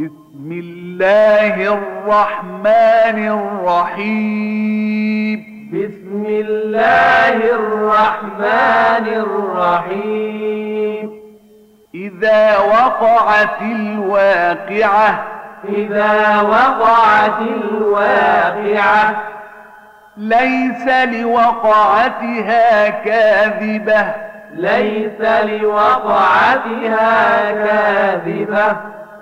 بسم الله الرحمن الرحيم. بسم الله الرحمن الرحيم. إذا وقعت الواقعة. إذا وقعت الواقعة. ليس لوقعتها كاذبة. ليس لوقعتها كاذبة.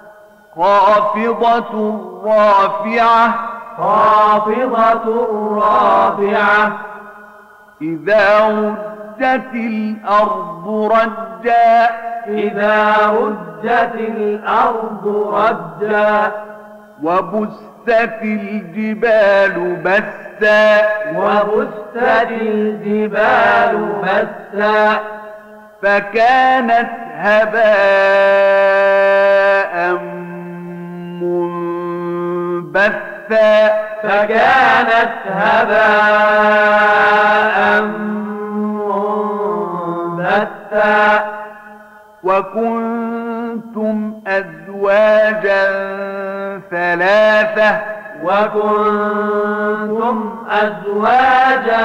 خافضة رافعة. خافضة رافعة. إذا رجت الأرض رجا. إذا رجت الأرض رجا. وبست الجبال بسا. وبست الجبال بسا. فكانت هباء منبثا. فكانت هباء منبثا. وكنتم أزواجا ثلاثة. وكنتم أزواجا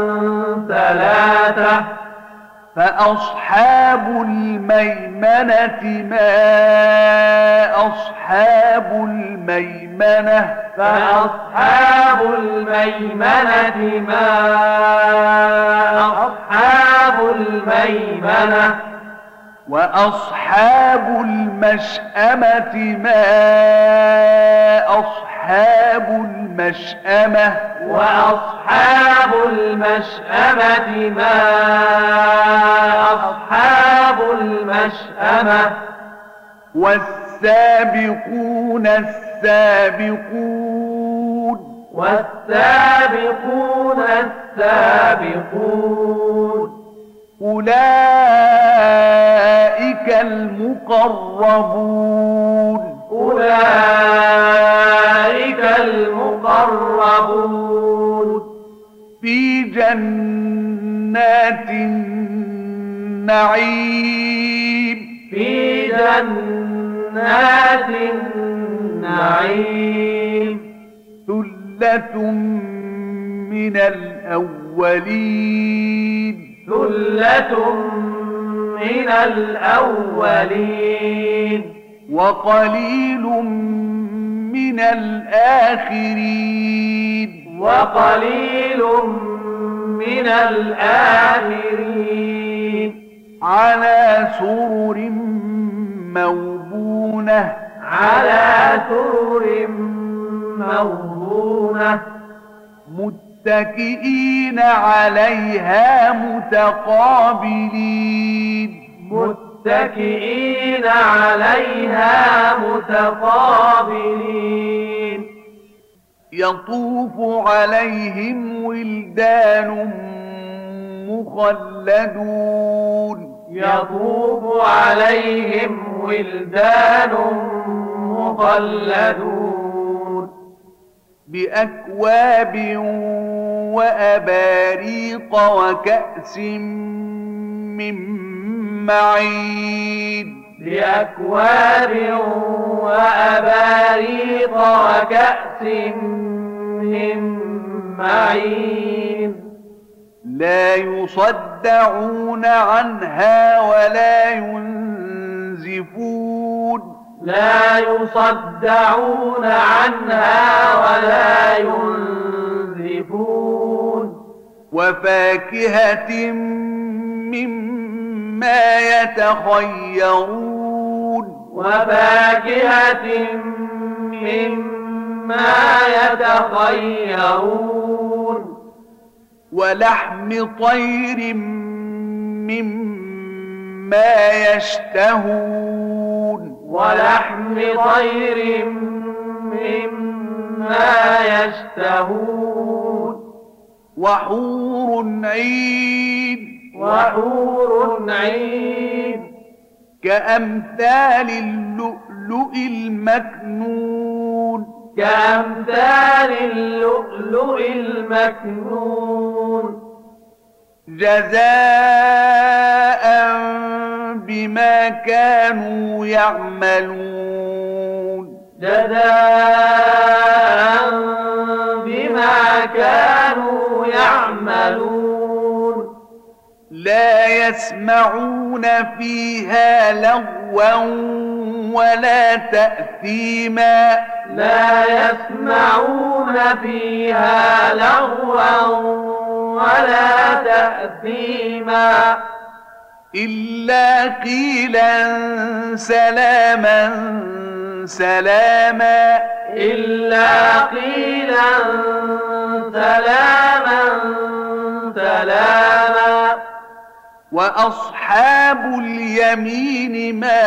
ثلاثة. فأصحاب الميمنة ما أصحاب الميمنة. فأصحاب الميمنة ما أصحاب الميمنة. وأصحاب المشأمة ما أصحاب المشأمة. وأصحاب المشأمة ما أصحاب المشأمة. والسابقون السابقون. والسابقون السابقون. أولئك المقربون. أولئك المقربون. في جنات النعيم. في جنات النعيم. ثلة من الأولين. ثلة من الأولين. وقليل من الآخرين. وقليل من الآخرين. على سرر موضونة. على سرر موضونة. متكئين عليها متقابلين. متكئين عليها متقابلين. يطوف عليهم ولدان مخلدون. يطوف عليهم ولدان مخلدون. بأكواب وأباريق وكأس من معين. بأكواب وأباريق وكأس من معين. لا يصدعون عنها ولا ينزفون. لا يصدعون عنها ولا ينزفون. وفاكهة مما يتخيرون. وفاكهة مما يتخيرون. ولحم طير مما يشتهون. ولحم طير مما يشتهون. وحور عين. وحور عين. كأمثال اللؤلؤ المكنون. كأمثال اللؤلؤ المكنون. جزاء بما كانوا يعملون. جزاء بما كانوا يعملون لا يسمعون فيها لغوا ولا تأثيما لا يسمعون فيها لغوا ولا تأثيما إلا قيلا سلاما سلاما إلا قيلا سلاما سلاما وأصحاب اليمين ما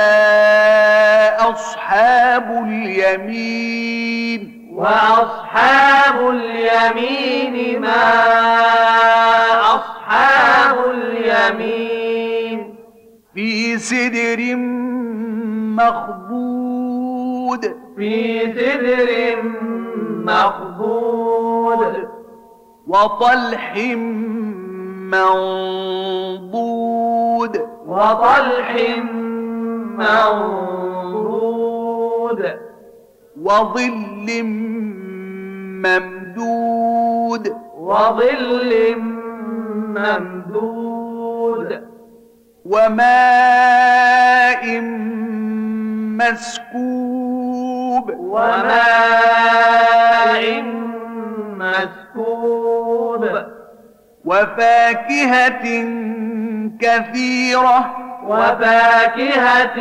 أصحاب اليمين وأصحاب اليمين ما أصحاب اليمين في سدر مخضود في سدر مخضود وطلح منضود وطلح منضود وظل ممدود وظل ممدود وماء مسكوب وماء مسكوب وفاكهة كثيرة وفاكهة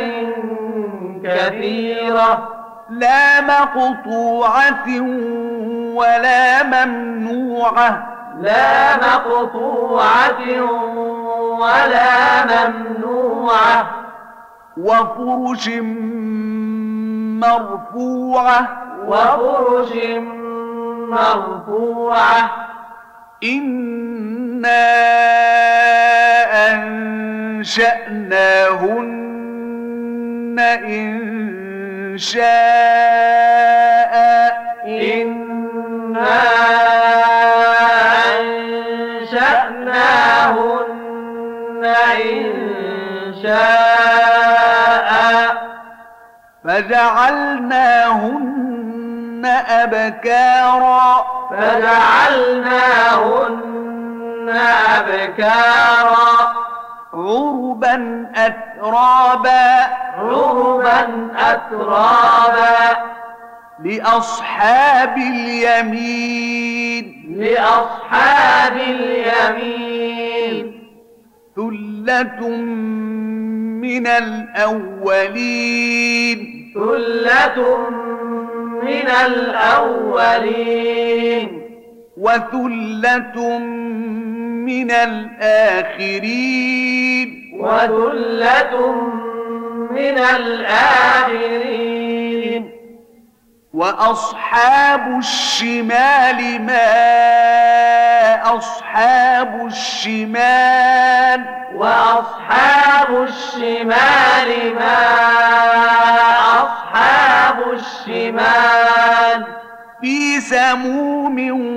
كثيرة لا مقطوعة ولا ممنوعة لا مقطوعة ولا ممنوعة وفرش مرفوعة وفرش مرفوعة إنا أنشأناهن إن شاء إنا أنشأناهن إن شاء فجعلناهن أبكارا فجعلناهن أبكارا عربا أترابا عربا أترابا لأصحاب اليمين لأصحاب اليمين ثلة من الأولين ثلة من الأولين وثلة من الآخرين وثلة من الآخرين وأصحاب الشمال ما أصحاب الشمال وأصحاب الشمال ما أصحاب الشمال في سموم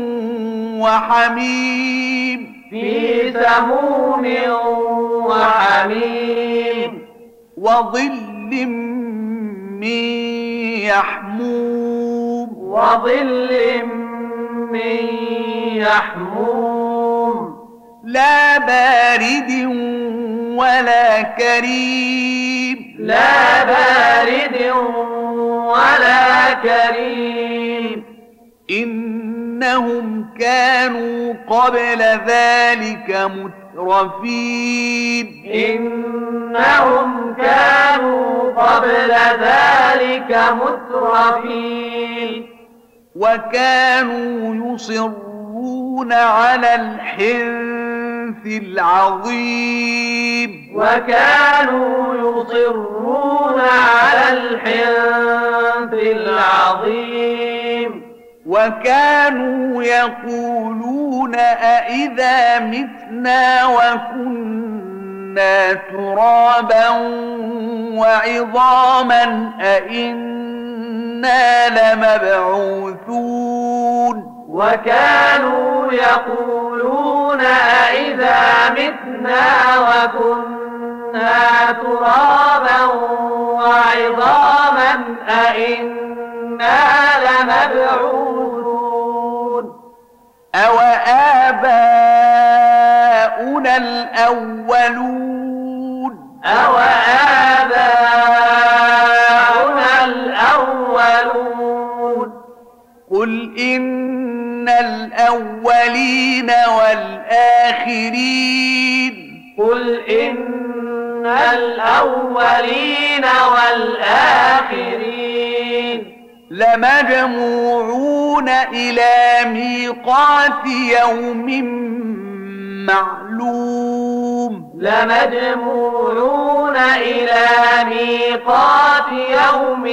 وحميم في سموم وحميم وظل من يحموم وظل من يحموم لا بارد ولا كريم لا بارد ولا كريم إنهم كانوا قبل ذلك مترفين إنهم كانوا قبل ذلك مترفين وكانوا يصرون على الحنث العظيم وكانوا يصرون على الحنث العظيم وكانوا يقولون أإذا متنا وكنا ترابا وعظاما أإنا لمبعوثون وكانوا يقولون أإذا متنا وكنا ترابا وعظاما أإنا لمبعوثون أوآباؤنا الأولون أوآباؤنا الأولون قل إن الأولين والآخرين قل إن الأولين والآخرين لمجموعون إلى ميقات يوم معلوم لمجموعون إلى ميقات يوم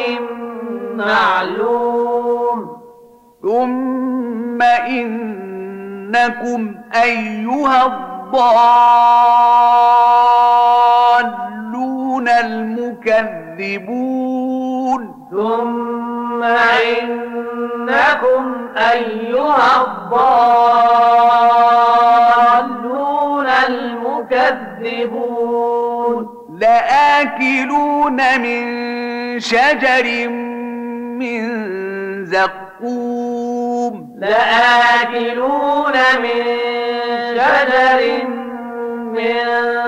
معلوم ثم إنكم أيها الضالون المكذبون ثم إنكم أيها الضالون المكذبون لآكلون من شجر من زقوم لآكلون من شجر من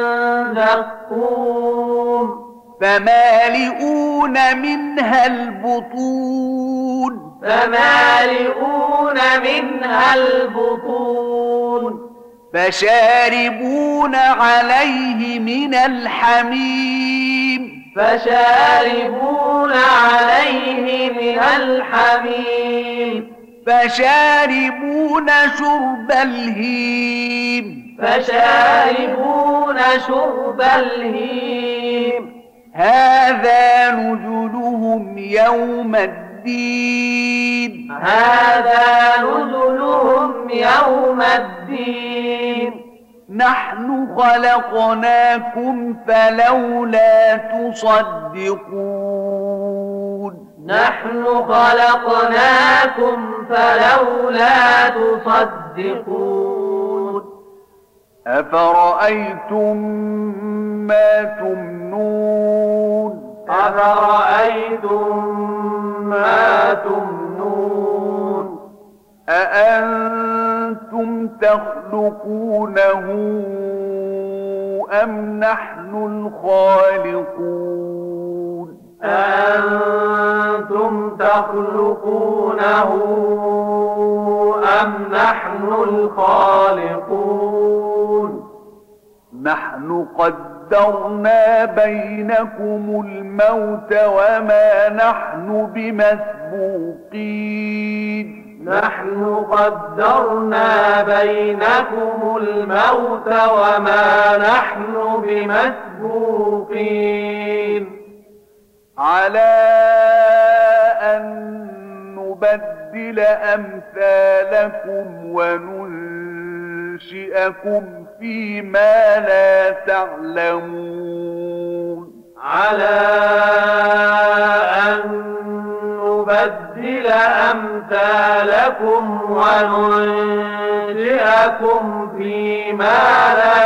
زقوم فمالئون منها البطون فمالئون منها البطون فشاربون عليه من الحميم فشاربون عليه من الحميم فشاربون شرب الهيم فشاربون شرب الهيم هذا نزلهم يوم الدين هذا نزلهم يوم الدين نحن خلقناكم فلولا تصدقون نحن خلقناكم فلولا تصدقون أفرأيتم ما تمنون أفرأيتم ما تمنون أأنتم تخلقونه أم نحن الخالقون أأنتم تخلقونه أم نحن الخالقون نحن قدرنا بينكم الموت وما نحن بمسبوقين نحن قدرنا بينكم الموت وما نحن بمسبوقين على أن نبدل أمثالكم وننشئكم فيما لا تعلمون على أن نبدل أمثالكم وننشئكم فيما لا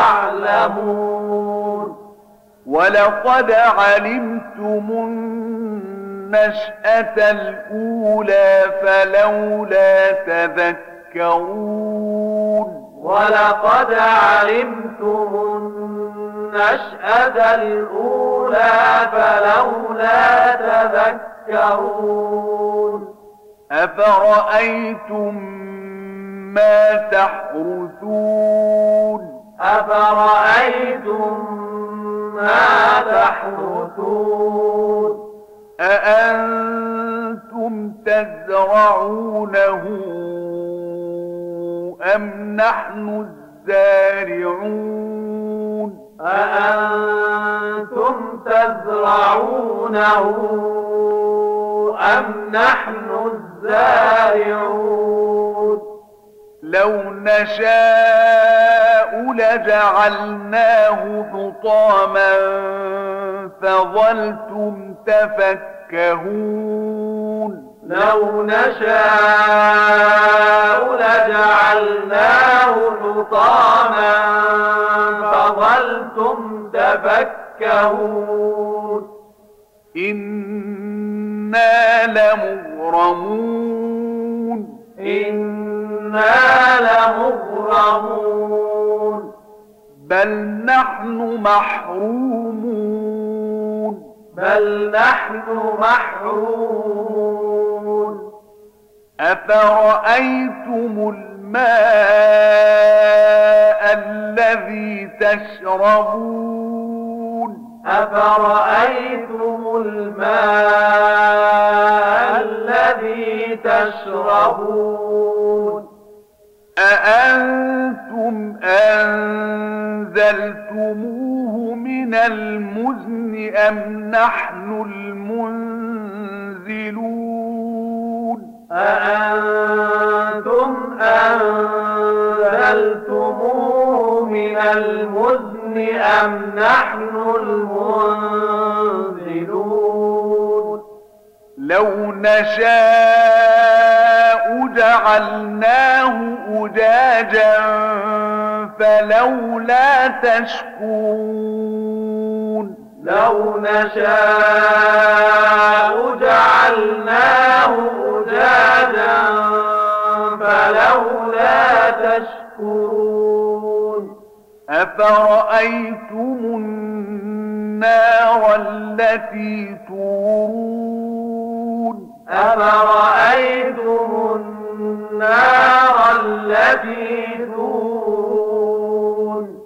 تعلمون ولقد علمتم النشأة الأولى فلولا تذكرون ولقد علمتم النشأة الأولى فلولا تذكرون أفرأيتم ما تحرثون أفرأيتم ما تحرثون أأنتم تزرعونه أم نحن الزارعون أأنتم تزرعونه أم نحن الزارعون لو نشاء لجعلناه حطاما فظلتم تفكهون لو نشاء لجعلناه حطاما فظلتم تفكهون إنكم إنا لمغرمون إنا لمغرمون بل نحن محرومون بل نحن محرومون أفرأيتم الماء الذي تشربون أفرأيتم الماء الذي تشربون أأنتم أنزلتموه من المزن أم نحن المنزلون أأنتم أنزلتموه من المزن أم نحن المنزلون لو نشاء جعلناه أجاجا فلولا تشكرون لو نشاء جعلناه أجاجا فلولا تشكرون أفرأيتم النار التي تورون أفرأيتم النار التي تورون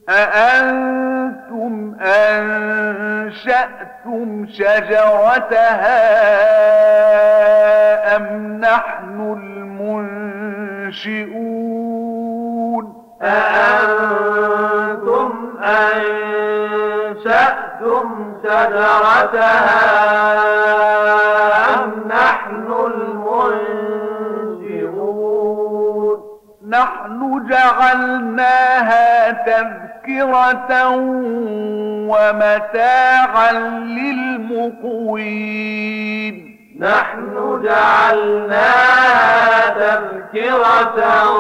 أأنتم أنشأتم شجرتها أم نحن المنشئون أأنتم أنشأتم شجرتها أم نحن المنشئون نحن جعلناها تذكرة ومتاعا للمقوين نحن جعلناها تذكرة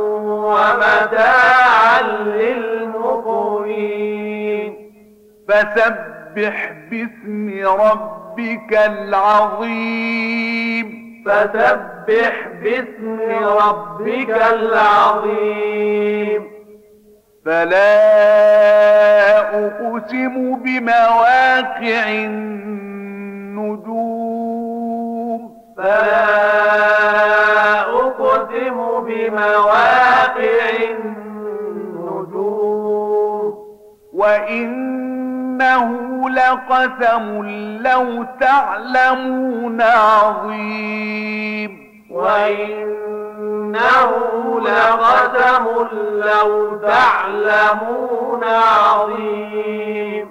ومتاعا للمقوين فسبح باسم ربك العظيم فسبح باسم ربك العظيم فلا أقسم بمواقع النجوم فلا أقسم بمواقع النجوم وإنه لقسم لو تعلمون عظيم وإنه لقسم لو تعلمون عظيم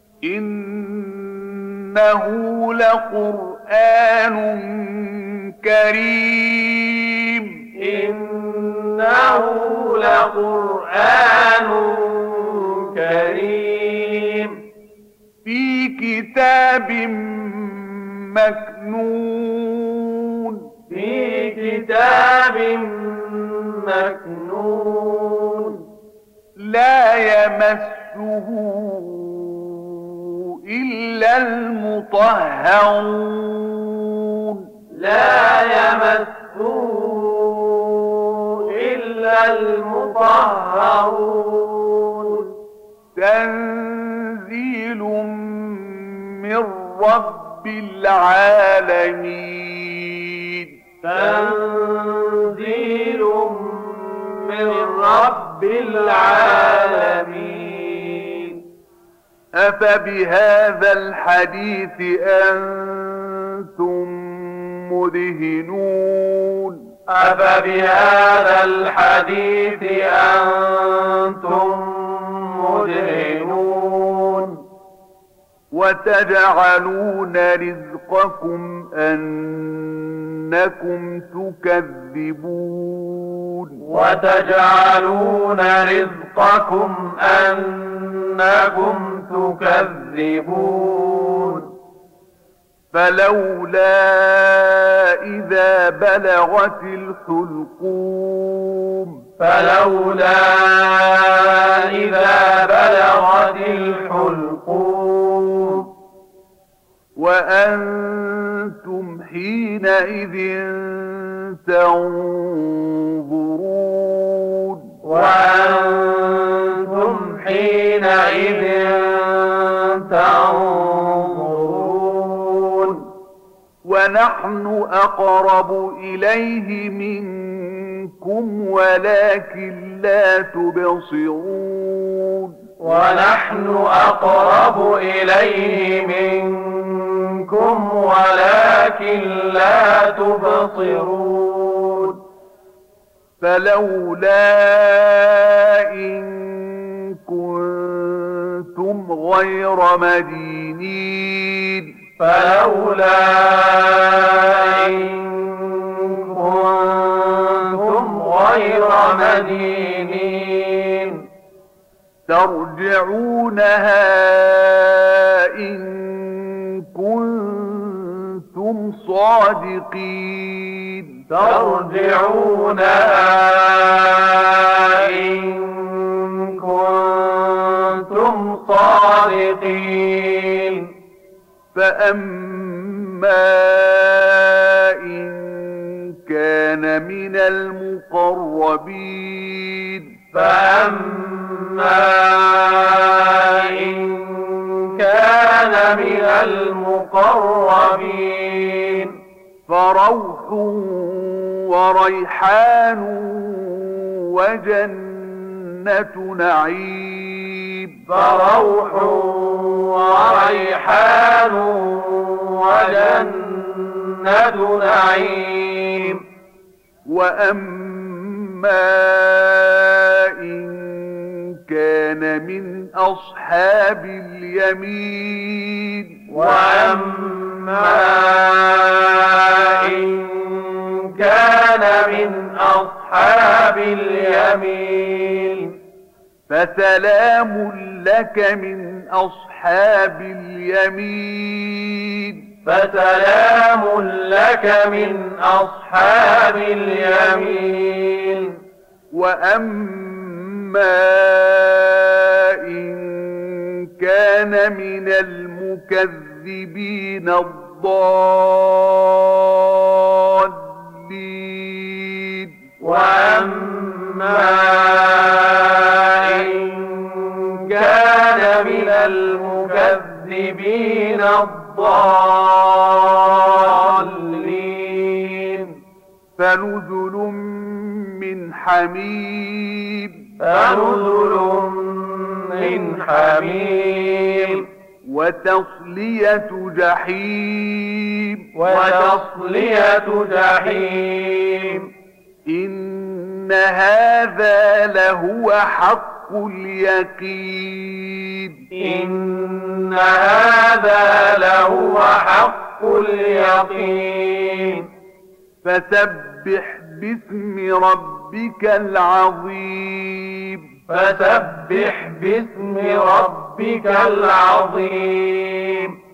إنه لقرآن كريم إنه لقرآن كريم في كتاب مكنون في كتاب مكنون لا يمسه إلا المطهرون لا يمسه إلا المطهرون تنزيل من رب العالمين تنزيل من رب العالمين أفبهذا الحديث أنتم مدهنون أفبهذا الحديث أنتم مدهنون وتجعلون رزقكم أنكم تكذبون وتجعلون رزقكم أنكم تكذبون فلولا إذا بلغت الحلقوم فلولا إذا بلغت الحلقوم وأنتم حينئذ تنظرون وأنتم حينئذ تنظرون ونحن أقرب إليه منكم ولكن لا تبصرون ونحن أقرب إليه منكم ولكن لا تبصرون فلولا إن كنتم غير مدينين فلولا إن كنتم غير مدينين ترجعونها إن كنتم صادقين ترجعونها إن كنتم صادقين فأما إن كان من المقربين فأما إن كان من المقربين فروح وريحان وجنة نعيم فروح وريحان وجنة نعيم وأما إن كان من أصحاب اليمين وأما إن كان من أصحاب اليمين فسلام لك من أصحاب اليمين فسلام لك من أصحاب اليمين وأما إن كان من المكذبين الضالين وأما إن كان من المكذبين الضالين فنزل من حميم فنزل من حميم وتصلية جحيم وتصلية جحيم إن هذا لهو حق اليقين إن هذا لهو حق اليقين فسبح باسم ربك العظيم فسبح باسم ربك العظيم